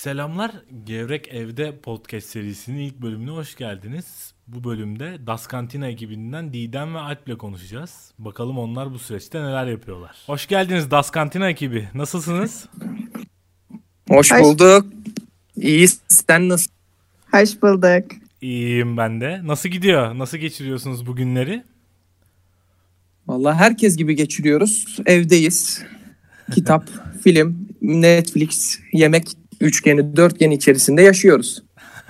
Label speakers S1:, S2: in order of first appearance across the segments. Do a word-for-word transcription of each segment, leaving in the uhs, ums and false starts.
S1: Selamlar, Gevrek Evde podcast serisinin ilk bölümüne hoş geldiniz. Bu bölümde Das Cantina ekibinden Didem ve Alp'le konuşacağız. Bakalım onlar bu süreçte neler yapıyorlar. Hoş geldiniz Das Cantina ekibi. Nasılsınız?
S2: Hoş bulduk. İyiyiz. Sen nasıl?
S3: Hoş bulduk.
S1: İyiyim ben de. Nasıl gidiyor? Nasıl geçiriyorsunuz bu günleri?
S2: Vallahi herkes gibi geçiriyoruz. Evdeyiz. Kitap, film, Netflix, yemek üçgeni, dörtgeni içerisinde yaşıyoruz.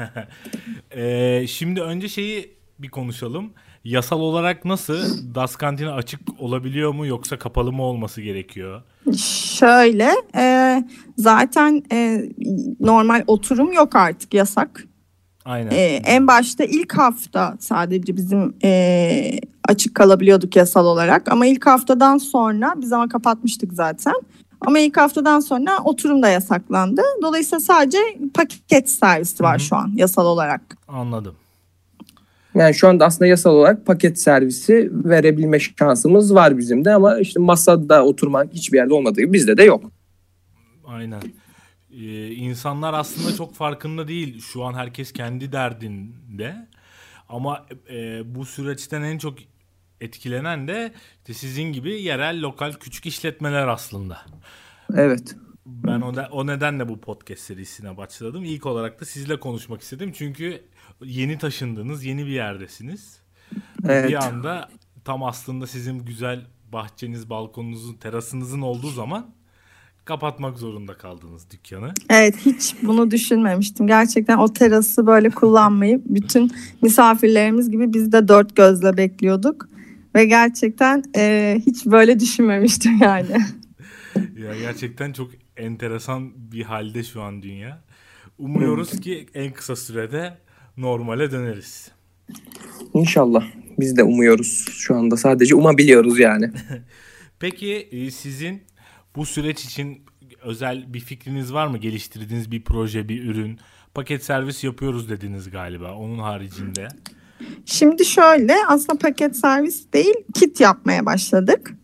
S1: ee, şimdi önce şeyi bir konuşalım. Yasal olarak nasıl? Das Cantina açık olabiliyor mu yoksa kapalı mı olması gerekiyor?
S3: Şöyle e, zaten e, normal oturum yok artık, yasak.
S1: Aynen.
S3: E, en başta ilk hafta sadece bizim e, açık kalabiliyorduk yasal olarak. Ama ilk haftadan sonra biz ama kapatmıştık zaten. Ama ilk haftadan sonra oturum da yasaklandı. Dolayısıyla sadece paket servisi var Hı-hı. şu an yasal olarak.
S1: Anladım.
S2: Yani şu anda aslında yasal olarak paket servisi verebilme şansımız var bizim de ama işte masada oturmak hiçbir yerde olmadığı gibi bizde de yok.
S1: Aynen. Ee, insanlar aslında çok farkında değil. Şu an herkes kendi derdinde. Ama e, bu süreçten en çok etkilenen de işte sizin gibi yerel, lokal, küçük işletmeler aslında.
S2: Evet.
S1: Ben o, da, o nedenle bu podcast serisine başladım. İlk olarak da sizle konuşmak istedim. Çünkü yeni taşındınız, yeni bir yerdesiniz. Evet. Bir anda tam aslında sizin güzel bahçeniz, balkonunuzun, terasınızın olduğu zaman kapatmak zorunda kaldınız dükkanı.
S3: Evet, hiç bunu düşünmemiştim. Gerçekten o terası böyle kullanmayı bütün misafirlerimiz gibi biz de dört gözle bekliyorduk. Ve gerçekten e, hiç böyle düşünmemiştim yani.
S1: Ya gerçekten çok enteresan bir halde şu an dünya. Umuyoruz ki en kısa sürede normale döneriz.
S2: İnşallah. Biz de umuyoruz şu anda. Sadece umabiliyoruz yani.
S1: Peki sizin bu süreç için özel bir fikriniz var mı? Geliştirdiğiniz bir proje, bir ürün? Paket servis yapıyoruz dediniz galiba. Onun haricinde.
S3: Şimdi şöyle, aslında paket servis değil, kit yapmaya başladık.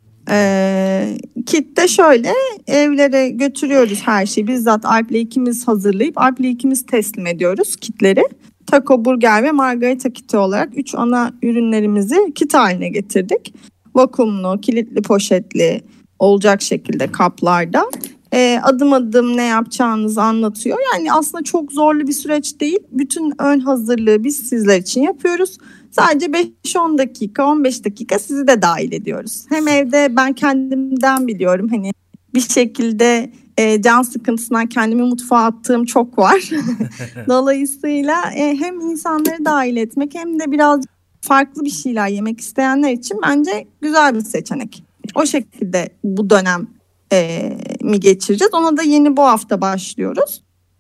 S3: Ee, kitte şöyle, evlere götürüyoruz her şeyi. Bizzat Alp'le ikimiz hazırlayıp Alp'le ikimiz teslim ediyoruz kitleri. Taco, burger ve margarita kiti olarak üç ana ürünlerimizi kit haline getirdik. Vakumlu, kilitli poşetli olacak şekilde kaplarda. Ee, adım adım ne yapacağınızı anlatıyor. Yani aslında çok zorlu bir süreç değil. Bütün ön hazırlığı biz sizler için yapıyoruz. Sadece beş on dakika, on beş dakika sizi de dahil ediyoruz. Hem evde ben kendimden biliyorum. Hani bir şekilde e, can sıkıntısından kendimi mutfağa attığım çok var. Dolayısıyla e, hem insanları dahil etmek hem de biraz farklı bir şeyler yemek isteyenler için bence güzel bir seçenek. O şekilde bu dönem e, mi geçireceğiz? Ona da yeni bu hafta başlıyoruz.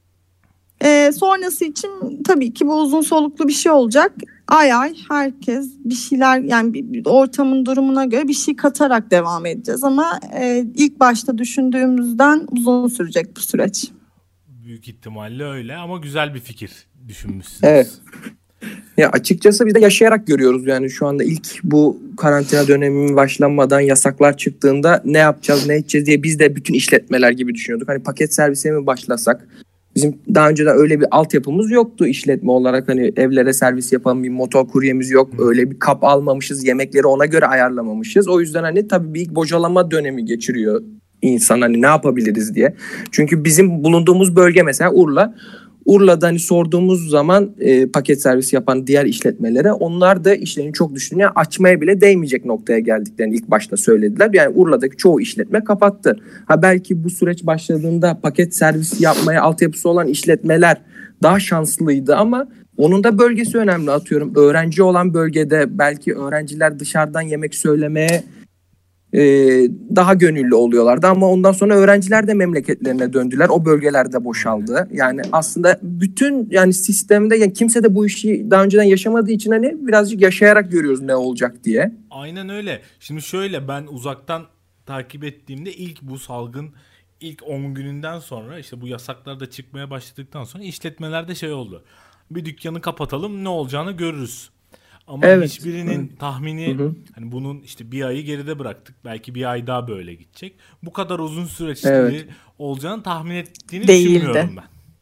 S3: E, sonrası için tabii ki bu uzun soluklu bir şey olacak. Ay ay herkes bir şeyler, yani bir, bir ortamın durumuna göre bir şey katarak devam edeceğiz. Ama e, ilk başta düşündüğümüzden uzun sürecek bu süreç.
S1: Büyük ihtimalle öyle ama güzel bir fikir düşünmüşsünüz.
S2: Evet. Ya açıkçası biz de yaşayarak görüyoruz yani şu anda ilk bu karantina dönemi başlanmadan yasaklar çıktığında ne yapacağız, ne edeceğiz diye biz de bütün işletmeler gibi düşünüyorduk. Hani paket servise mi başlasak? Bizim daha önceden öyle bir altyapımız yoktu işletme olarak, hani evlere servis yapan bir motor kuryemiz yok. Öyle bir kap almamışız, yemekleri ona göre ayarlamamışız. O yüzden hani tabii bir ilk bocalama dönemi geçiriyor insan, hani ne yapabiliriz diye. Çünkü bizim bulunduğumuz bölge mesela Urla. Urla'da hani sorduğumuz zaman e, paket servis yapan diğer işletmelere, onlar da işlerini çok düşünüyor. Yani açmaya bile değmeyecek noktaya geldiklerini ilk başta söylediler. Yani Urla'daki çoğu işletme kapattı. Ha belki bu süreç başladığında paket servis yapmaya altyapısı olan işletmeler daha şanslıydı ama onun da bölgesi önemli. Atıyorum öğrenci olan bölgede belki öğrenciler dışarıdan yemek söylemeye Ee, daha gönüllü oluyorlardı ama ondan sonra öğrenciler de memleketlerine döndüler. O bölgelerde boşaldı. Yani aslında bütün yani sistemde yani kimse de bu işi daha önceden yaşamadığı için hani birazcık yaşayarak görüyoruz ne olacak diye.
S1: Aynen öyle. Şimdi şöyle, ben uzaktan takip ettiğimde ilk bu salgın ilk on gününden sonra, işte bu yasaklar da çıkmaya başladıktan sonra işletmelerde şey oldu. Bir dükkanı kapatalım, ne olacağını görürüz. Ama evet, hiçbirinin evet. tahmini, hı hı. hani bunun işte bir ayı geride bıraktık. Belki bir ay daha böyle gidecek. Bu kadar uzun süreçli evet. olacağını tahmin ettiğini
S3: Değildi.
S1: düşünmüyorum ben.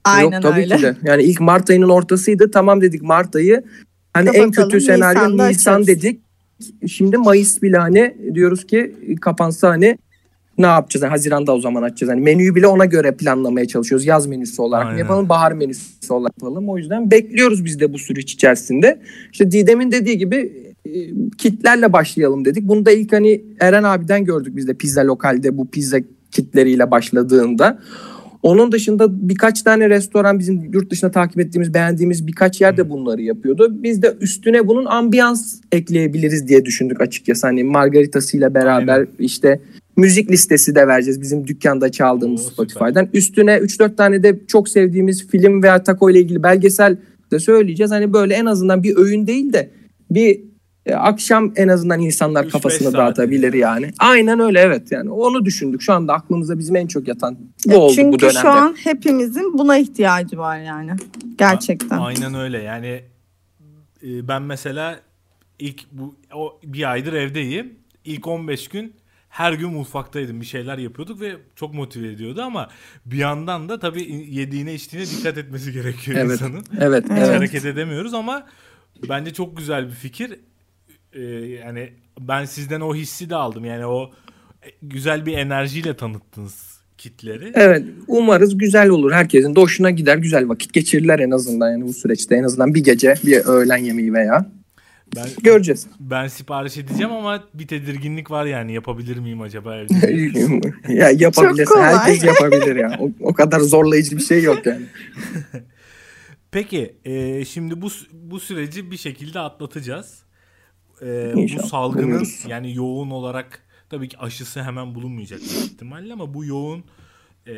S3: Aynen
S2: Yok tabii
S3: öyle.
S2: ki de. Yani ilk Mart ayının ortasıydı. Tamam dedik Mart ayı. Hani
S3: Kapatalım,
S2: en kötü senaryo
S3: Nisan'da
S2: Nisan
S3: açarız.
S2: dedik. Şimdi Mayıs bile hani diyoruz ki kapansa hani ne yapacağız? Yani Haziran'da o zaman açacağız. Hani menüyü bile ona göre planlamaya çalışıyoruz. Yaz menüsü olarak
S1: Aynen.
S2: mı yapalım, bahar menüsü olarak yapalım. O yüzden bekliyoruz biz de bu süreç içerisinde. İşte Didem'in dediği gibi e, kitlerle başlayalım dedik. Bunu da ilk hani Eren abiden gördük biz de pizza lokalde bu pizza kitleriyle başladığında. Onun dışında birkaç tane restoran bizim yurt dışında takip ettiğimiz, beğendiğimiz birkaç yerde bunları yapıyordu. Biz de üstüne bunun ambiyans ekleyebiliriz diye düşündük açıkçası. Hani margaritasıyla beraber
S1: Aynen.
S2: işte müzik listesi de vereceğiz bizim dükkanda çaldığımız
S1: Oo,
S2: Spotify'dan. Üstüne üç dört tane de çok sevdiğimiz film veya taco ile ilgili belgesel de söyleyeceğiz. Hani böyle en azından bir öğün değil de bir e, akşam en azından insanlar
S1: üç beş
S2: kafasını
S1: saat
S2: dağıtabilir yani. Aynen öyle, evet, yani onu düşündük. Şu anda aklımıza bizim en çok yatan bu
S3: Ya
S2: oldu
S3: çünkü
S2: bu dönemde.
S3: şu an hepimizin buna ihtiyacı var yani. Gerçekten.
S1: A- Aynen öyle. Yani e, ben mesela ilk bu o bir aydır evdeyim. İlk on beş gün her gün mutfaktaydım. Bir şeyler yapıyorduk ve çok motive ediyordu ama bir yandan da tabii yediğine içtiğine dikkat etmesi gerekiyor
S2: Evet.
S1: insanın.
S2: Evet,
S1: Hiç
S2: evet.
S1: hareket edemiyoruz ama bence çok güzel bir fikir. Ee, yani ben sizden o hissi de aldım. Yani o güzel bir enerjiyle tanıttınız kitleri.
S2: Evet, umarız güzel olur. Herkesin de hoşuna gider, güzel vakit geçirirler en azından yani bu süreçte. En azından bir gece, bir öğlen yemeği veya
S1: Ben
S2: göreceğiz.
S1: Ben sipariş edeceğim ama bir tedirginlik var yani yapabilir miyim acaba evde?
S2: Ya yapabilirsin.
S3: Çok kolay.
S2: Herkes yapabilir ya. O, o kadar zorlayıcı bir şey yok yani.
S1: Peki e, şimdi bu bu süreci bir şekilde atlatacağız. E,
S2: İnşallah,
S1: bu salgının
S2: umuyoruz.
S1: yani yoğun olarak tabii ki aşısı hemen bulunmayacak büyük ihtimalle ama bu yoğun e,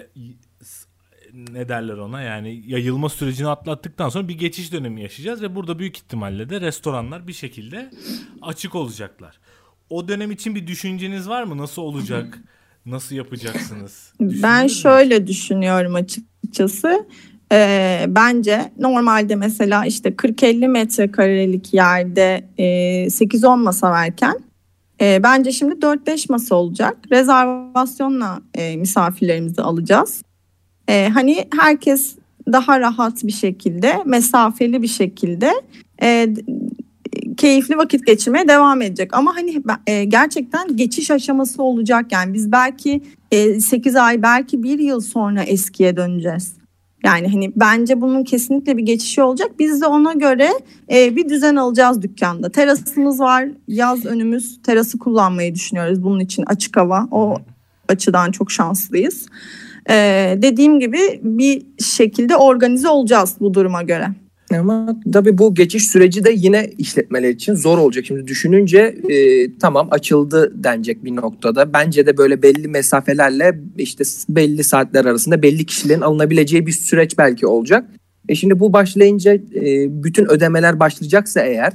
S1: ne derler ona yani yayılma sürecini atlattıktan sonra bir geçiş dönemi yaşayacağız ve burada büyük ihtimalle de restoranlar bir şekilde açık olacaklar. O dönem için bir düşünceniz var mı? Nasıl olacak? Nasıl yapacaksınız? Düşündünüz
S3: Ben
S1: mü?
S3: şöyle düşünüyorum açıkçası. Ee, bence normalde mesela işte kırk elli metrekarelik yerde e, sekiz on masa varken e, bence şimdi dört beş masa olacak. Rezervasyonla e, misafirlerimizi alacağız. E, hani herkes daha rahat bir şekilde, mesafeli bir şekilde e, keyifli vakit geçirmeye devam edecek. Ama hani e, gerçekten geçiş aşaması olacak. Yani biz belki e, sekiz ay, belki bir yıl sonra eskiye döneceğiz. Yani hani bence bunun kesinlikle bir geçişi olacak. Biz de ona göre e, bir düzen alacağız dükkanda. Terasımız var. Yaz önümüz, terası kullanmayı düşünüyoruz. Bunun için açık hava. O açıdan çok şanslıyız. E, dediğim gibi bir şekilde organize olacağız bu duruma göre.
S2: Ama tabii bu geçiş süreci de yine işletmeler için zor olacak. Şimdi düşününce e, tamam açıldı denecek bir noktada. Bence de böyle belli mesafelerle işte belli saatler arasında belli kişilerin alınabileceği bir süreç belki olacak. E şimdi bu başlayınca e, bütün ödemeler başlayacaksa eğer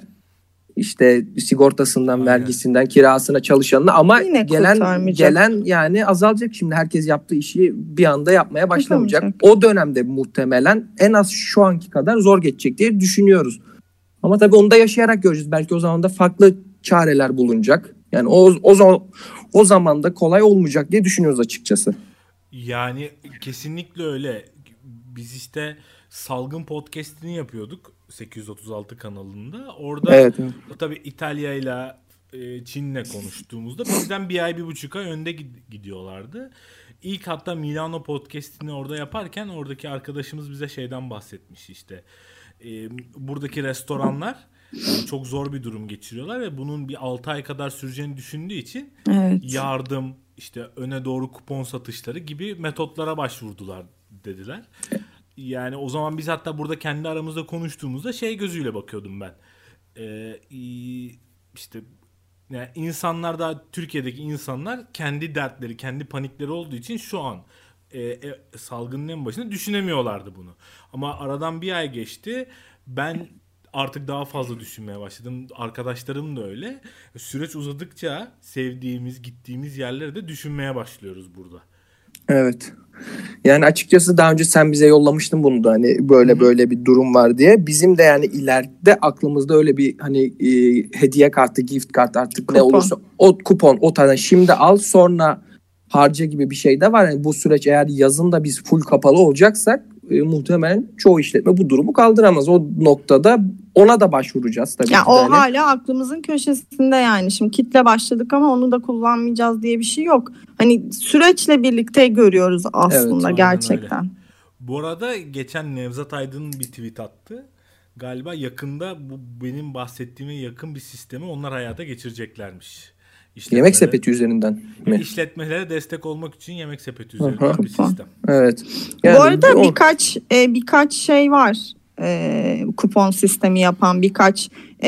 S2: işte sigortasından,
S1: Aynen.
S2: vergisinden, kirasına, çalışanına ama
S3: Yine
S2: gelen
S3: kurtarmayacak.
S2: gelen yani azalacak. Şimdi herkes yaptığı işi bir anda yapmaya başlamayacak.
S3: Yapamayacak.
S2: O dönemde muhtemelen en az şu anki kadar zor geçecek diye düşünüyoruz. Ama tabii onu da yaşayarak göreceğiz. Belki o zaman da farklı çareler bulunacak. Yani o o zaman o zaman da kolay olmayacak diye düşünüyoruz açıkçası.
S1: Yani kesinlikle öyle. Biz işte Salgın Podcast'ini yapıyorduk sekiz yüz otuz altı kanalında. Orada
S2: Evet, evet.
S1: tabii İtalya'yla e, Çin'le konuştuğumuzda bizden bir ay bir buçuk ay önde gidiyorlardı. İlk hatta Milano Podcast'ini orada yaparken oradaki arkadaşımız bize şeyden bahsetmiş işte. E, buradaki restoranlar yani çok zor bir durum geçiriyorlar ve bunun bir altı ay kadar süreceğini düşündüğü için
S3: Evet.
S1: yardım, işte öne doğru kupon satışları gibi metotlara başvurdular dediler. Yani o zaman biz hatta burada kendi aramızda konuştuğumuzda şey gözüyle bakıyordum ben. Ee, işte yani insanlar da Türkiye'deki insanlar kendi dertleri, kendi panikleri olduğu için şu an e, e, salgının en başında düşünemiyorlardı bunu. Ama aradan bir ay geçti. Ben artık daha fazla düşünmeye başladım. Arkadaşlarım da öyle. Süreç uzadıkça sevdiğimiz, gittiğimiz yerleri de düşünmeye başlıyoruz burada.
S2: Evet. Yani açıkçası daha önce sen bize yollamıştın bunu da hani böyle Hı-hı. böyle bir durum var diye. Bizim de yani ileride aklımızda öyle bir hani e, hediye kartı, gift kart artık kupon. Ne olursa o kupon o tane şimdi al sonra harca gibi bir şey de var. Yani bu süreç eğer yazın da biz full kapalı olacaksak e, muhtemelen çoğu işletme bu durumu kaldıramaz. O noktada ona da başvuracağız tabii.
S3: Ya
S2: ki
S3: o
S2: yani.
S3: hala aklımızın köşesinde yani. Şimdi kitle başladık ama onu da kullanmayacağız diye bir şey yok. Hani süreçle birlikte görüyoruz aslında
S1: Evet,
S3: gerçekten.
S1: öyle. Bu arada geçen Nevzat Aydın bir tweet attı. Galiba yakında bu benim bahsettiğime yakın bir sistemi onlar hayata geçireceklermiş.
S2: Yemek sepeti üzerinden mi?
S1: İşletmelere destek olmak için yemek sepeti üzerinden Aha. bir sistem.
S2: Evet.
S3: Yani bu arada o... birkaç e, birkaç şey var. E, kupon sistemi yapan birkaç e,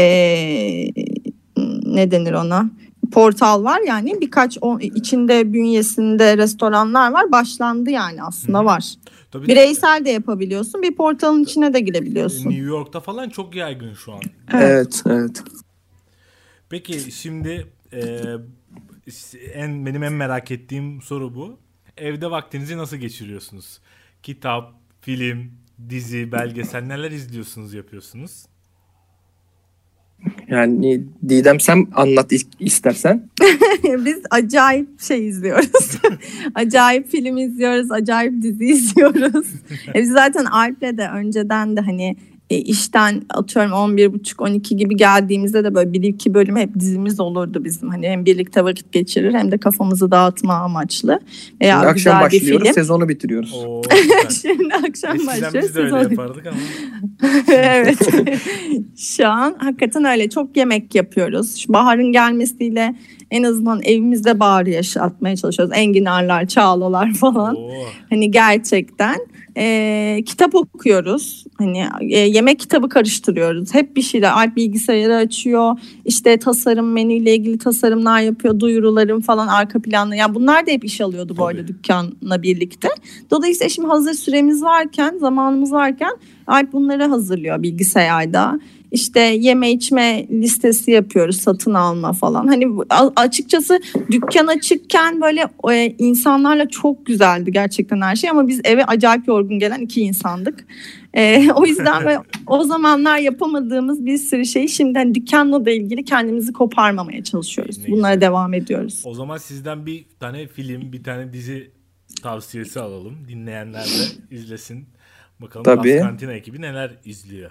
S3: ne denir ona? Portal var yani birkaç o, içinde bünyesinde restoranlar var. Başlandı yani aslında hmm. var. Tabii bireysel de yapabiliyorsun. Bir portalın içine de girebiliyorsun.
S1: New York'ta falan çok yaygın şu an.
S2: Evet, evet.
S1: Peki şimdi e, en benim en merak ettiğim soru bu. Evde vaktinizi nasıl geçiriyorsunuz? Kitap, film, dizi, belgesel neler izliyorsunuz, yapıyorsunuz?
S2: Yani Didem sen anlat istersen.
S3: Biz acayip şey izliyoruz. Acayip film izliyoruz, acayip dizi izliyoruz. e biz zaten Alp'le de önceden de hani e, işten atıyorum on bir buçuk on iki gibi geldiğimizde de böyle bir iki bölüm hep dizimiz olurdu bizim. Hani hem birlikte vakit geçirir hem de kafamızı dağıtma amaçlı. Veya
S2: Şimdi
S3: güzel
S2: akşam başlıyoruz,
S3: bir film.
S2: sezonu bitiriyoruz.
S1: Oo,
S3: Şimdi akşam
S1: eskiden
S3: başlıyoruz.
S1: Eskiden biz de öyle
S3: sezonu...
S1: yapardık ama.
S3: Evet. Şu an hakikaten öyle çok yemek yapıyoruz. Şu baharın gelmesiyle en azından evimizde baharı yaşatmaya çalışıyoruz. Enginarlar, çağlalar falan. Oo. Hani gerçekten e, kitap okuyoruz. Hani e, yemek kitabı karıştırıyoruz. Hep bir şeyler. Alp bilgisayarı açıyor. İşte tasarım, menüyle ilgili tasarımlar yapıyor. Duyurularım falan arka planlı. Yani bunlar da hep iş alıyordu bu arada dükkanla birlikte. Dolayısıyla şimdi hazır süremiz varken, zamanımız varken Alp bunları hazırlıyor bilgisayarda. İşte yeme içme listesi yapıyoruz, satın alma falan. Hani açıkçası dükkan açıkken böyle e, insanlarla çok güzeldi gerçekten her şey ama biz eve acayip yorgun gelen iki insandık. E, o yüzden ve o zamanlar yapamadığımız bir sürü şeyi şimdi hani dükkanla da ilgili kendimizi koparmamaya çalışıyoruz. Ne Bunlara güzel. devam ediyoruz.
S1: O zaman sizden bir tane film, bir tane dizi tavsiyesi alalım. Dinleyenler de izlesin. Bakalım Tabii. Kantina ekibi neler izliyor.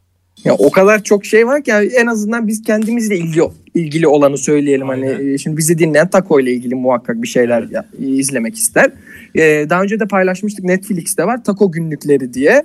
S2: Ya o kadar çok şey var ki yani en azından biz kendimizle ilgili ilgili olanı söyleyelim. Aynen. Hani şimdi bizi dinleyen Taco ile ilgili muhakkak bir şeyler evet. ya, izlemek ister. Ee, daha önce de paylaşmıştık, Netflix'te var Taco Günlükleri diye.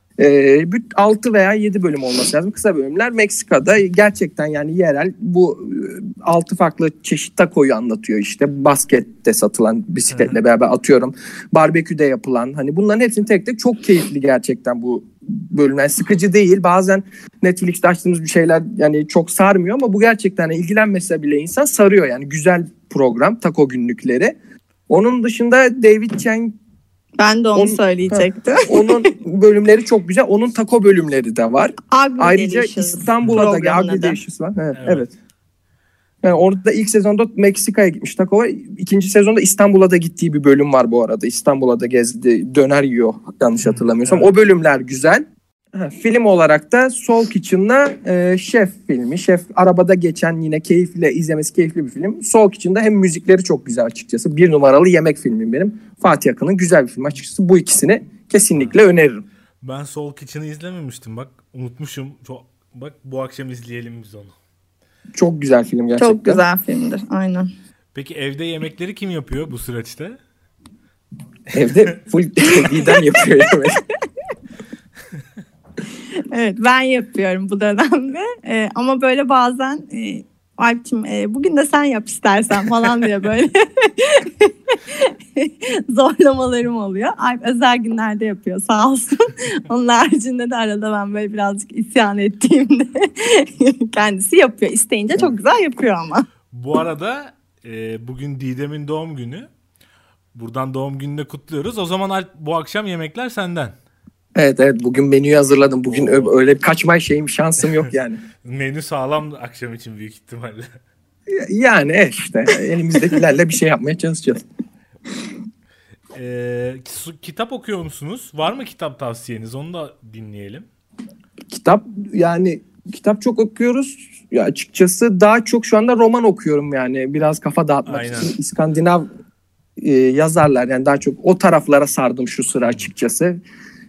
S2: Ee, altı veya yedi bölüm olması lazım. Kısa bölümler. Meksika'da gerçekten yani yerel bu altı farklı çeşit takoyu anlatıyor. İşte baskette satılan, bisikletle beraber atıyorum. Barbeküde yapılan. Hani bunların hepsini tek tek çok keyifli gerçekten bu bölümler. Sıkıcı değil. Bazen Netflix'te açtığımız bir şeyler yani çok sarmıyor ama bu gerçekten ilgilenmese bile insan sarıyor. Yani güzel program Taco Günlükleri. Onun dışında David Chang
S3: Ben de onu onun, söyleyecektim.
S2: Onun bölümleri çok güzel. Onun taco bölümleri de var.
S3: Agri
S2: Ayrıca İstanbul'a da Agri Delicious var. Evet. evet. evet. Yani orada ilk sezonda Meksika'ya gitmiş taco var. İkinci sezonda İstanbul'a da gittiği bir bölüm var bu arada. İstanbul'a da gezdi. Döner yiyor yanlış hatırlamıyorsam. Evet. O bölümler güzel. Ha, film olarak da Soul Kitchen'la e, Şef filmi. Şef arabada geçen yine keyifle izlemesi keyifli bir film. Soul Kitchen'da hem müzikleri çok güzel açıkçası. Bir numaralı yemek filmim benim. Fatih Akın'ın güzel bir film açıkçası. Bu ikisini kesinlikle öneririm.
S1: Ben Soul Kitchen'ı izlememiştim bak. Unutmuşum. Çok, bak bu akşam izleyelim biz onu.
S2: Çok güzel film gerçekten.
S3: Çok güzel filmdir aynen.
S1: Peki evde yemekleri kim yapıyor bu süreçte?
S2: Evde full Didem yapıyor yemek.
S3: Evet ben yapıyorum bu dönemde ee, ama böyle bazen e, Alp'cim e, bugün de sen yap istersen falan diye böyle zorlamalarım oluyor. Alp özel günlerde yapıyor sağ olsun. Onun haricinde de arada ben böyle birazcık isyan ettiğimde kendisi yapıyor. İsteyince çok güzel yapıyor ama.
S1: Bu arada e, bugün Didem'in doğum günü. Buradan doğum gününü de kutluyoruz. O zaman Alp bu akşam yemekler senden.
S2: Evet evet bugün menüyü hazırladım. Bugün Oo. öyle kaçma şeyim şansım yok yani.
S1: Menü sağlam akşam için büyük ihtimalle.
S2: Yani işte elimizdekilerle bir şey yapmaya çalışacağız.
S1: Ee, kitap okuyor musunuz? Var mı kitap tavsiyeniz? Onu da dinleyelim.
S2: Kitap yani kitap çok okuyoruz. Ya açıkçası daha çok şu anda roman okuyorum yani. Biraz kafa dağıtmak Aynen. için İskandinav e, yazarlar yani daha çok o taraflara sardım şu sıra açıkçası.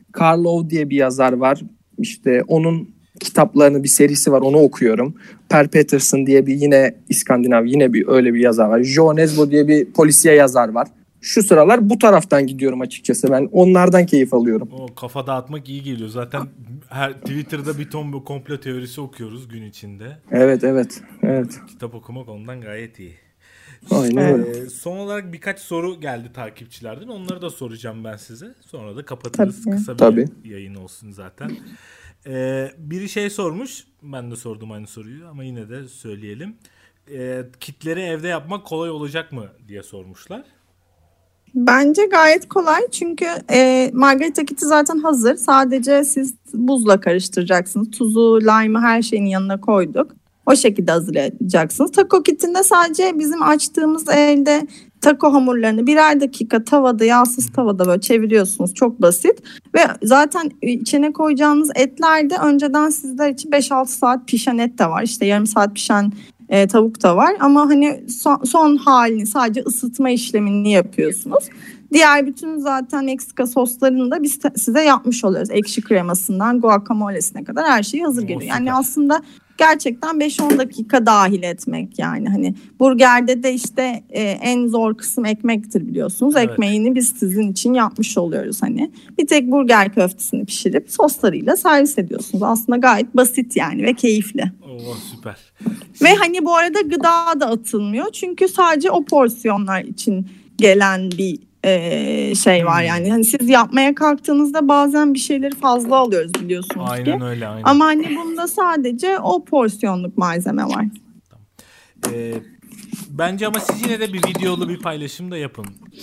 S2: Karlov diye bir yazar var. İşte onun kitaplarının bir serisi var. Onu okuyorum. Per Peterson diye bir yine İskandinav yine bir öyle bir yazar var. Jo Nesbo diye bir polisiye yazar var. Şu sıralar bu taraftan gidiyorum açıkçası. Ben onlardan keyif alıyorum.
S1: O kafa dağıtmak iyi geliyor. Zaten her Twitter'da bir ton bu komplo teorisi okuyoruz gün içinde.
S2: Evet, evet. Evet.
S1: Kitap okumak ondan gayet iyi.
S2: Aynen öyle.
S1: Ee, son olarak birkaç soru geldi takipçilerden. Onları da soracağım ben size. Sonra da kapatırız.
S3: Tabii.
S1: Kısa bir
S2: Tabii.
S1: yayın olsun zaten. Ee, biri şey sormuş. Ben de sordum aynı soruyu ama yine de söyleyelim. Ee, kitleri evde yapmak kolay olacak mı diye sormuşlar.
S3: Bence gayet kolay çünkü e, margarita kiti zaten hazır. Sadece siz buzla karıştıracaksınız. Tuzu, lime'ı her şeyin yanına koyduk. O şekilde hazırlayacaksınız. Taco kitinde sadece bizim açtığımız elde taco hamurlarını birer dakika tavada, yağsız tavada böyle çeviriyorsunuz. Çok basit. Ve zaten içine koyacağınız etler de önceden sizler için beş altı saat pişen et de var. İşte yarım saat pişen e, tavuk da var. Ama hani son, son halini sadece ısıtma işlemini yapıyorsunuz. Diğer bütün zaten Meksika soslarını da biz size yapmış oluyoruz. Ekşi kremasından guacamole'sine kadar her şey hazır geliyor. Yani aslında gerçekten beş on dakika dahil etmek yani. Hani burgerde de işte e, en zor kısım ekmektir biliyorsunuz. Evet. Ekmeğini biz sizin için yapmış oluyoruz hani. Bir tek burger köftesini pişirip soslarıyla servis ediyorsunuz. Aslında gayet basit yani ve keyifli.
S1: Oo, süper.
S3: Ve hani bu arada gıda da atılmıyor. Çünkü sadece o porsiyonlar için gelen bir Ee, şey var yani. Hani siz yapmaya kalktığınızda bazen bir şeyleri fazla alıyoruz biliyorsunuz
S1: aynen
S3: ki.
S1: Aynen öyle. Aynen.
S3: Ama hani bunda sadece o porsiyonluk malzeme var.
S1: Ee, bence ama siz yine de bir videolu bir paylaşım da yapın.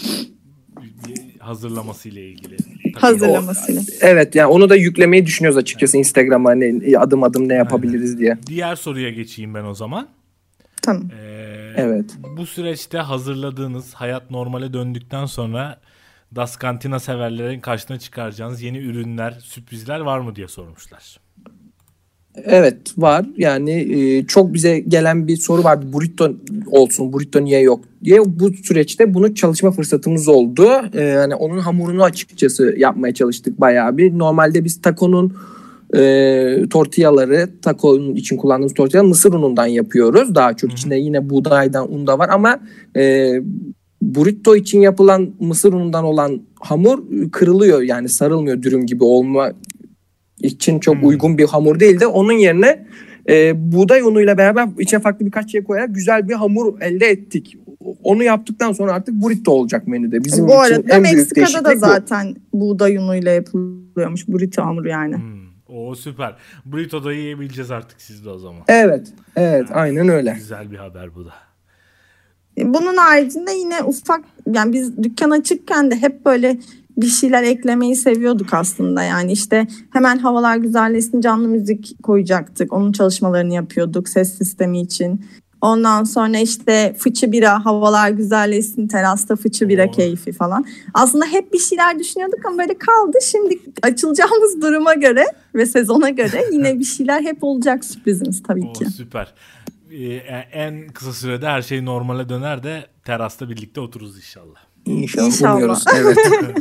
S1: Hazırlaması ile ilgili.
S3: Hazırlamasıyla.
S2: Evet yani onu da yüklemeyi düşünüyoruz açıkçası evet. Instagram'a hani adım adım ne yapabiliriz aynen. diye.
S1: Diğer soruya geçeyim ben o zaman.
S3: Tamam.
S1: Ee,
S2: evet.
S1: Bu süreçte hazırladığınız hayat normale döndükten sonra Das Cantina severlerin karşısına çıkaracağınız yeni ürünler, sürprizler var mı diye sormuşlar.
S2: Evet var yani e, çok bize gelen bir soru vardı burrito olsun burrito niye yok diye bu süreçte bunu çalışma fırsatımız oldu. E, yani onun hamurunu açıkçası yapmaya çalıştık bayağı bir. Normalde biz taconun E, tortillaları taco'nun için kullandığımız tortillaları mısır unundan yapıyoruz. Daha çok içinde yine buğdaydan un da var ama e, burrito için yapılan mısır unundan olan hamur kırılıyor yani sarılmıyor dürüm gibi olma için çok hmm. uygun bir hamur değil de onun yerine e, buğday unuyla beraber içine farklı birkaç şey koyarak güzel bir hamur elde ettik. Onu yaptıktan sonra artık burrito olacak menüde. Bizim
S3: bu
S2: için
S3: arada
S2: en büyük
S3: Meksika'da da zaten
S2: bu.
S3: buğday unuyla yapılıyormuş burrito hamuru yani.
S1: Hmm. Oo süper. Burrito'da yiyebileceğiz artık siz de o zaman.
S2: Evet. Evet yani, aynen öyle.
S1: Güzel bir haber bu da.
S3: Bunun haricinde yine ufak yani biz dükkan açıkken de hep böyle bir şeyler eklemeyi seviyorduk aslında. Yani işte hemen havalar güzelleşsin canlı müzik koyacaktık. Onun çalışmalarını yapıyorduk ses sistemi için. Ondan sonra işte fıçı bira, havalar güzelleşsin, terasta fıçı bira Oo. keyfi falan. Aslında hep bir şeyler düşünüyorduk ama böyle kaldı. Şimdi açılacağımız duruma göre ve sezona göre yine bir şeyler hep olacak sürprizimiz tabii
S1: Oo,
S3: ki.
S1: Süper. Ee, en kısa sürede her şey normale döner de terasta birlikte otururuz inşallah.
S2: İnşallah. İnşallah. Umuyoruz. Evet.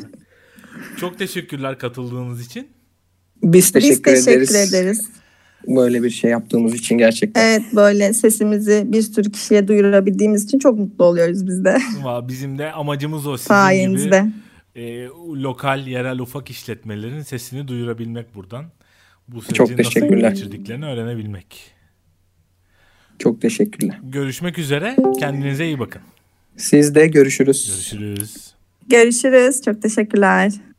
S1: Çok teşekkürler katıldığınız için.
S2: Biz teşekkür,
S3: Biz teşekkür
S2: ederiz.
S3: ederiz.
S2: Böyle bir şey yaptığımız için gerçekten.
S3: Evet böyle sesimizi bir sürü kişiye duyurabildiğimiz için çok mutlu oluyoruz biz de.
S1: Bizim de amacımız o. Sizin
S3: Sayenizde.
S1: gibi e, lokal, yerel ufak işletmelerin sesini duyurabilmek buradan. Bu süreci
S2: çok teşekkürler.
S1: nasıl geçirdiklerini öğrenebilmek.
S2: Çok teşekkürler.
S1: Görüşmek üzere. Kendinize iyi bakın.
S2: Siz de görüşürüz.
S1: Görüşürüz.
S3: Görüşürüz. Çok teşekkürler.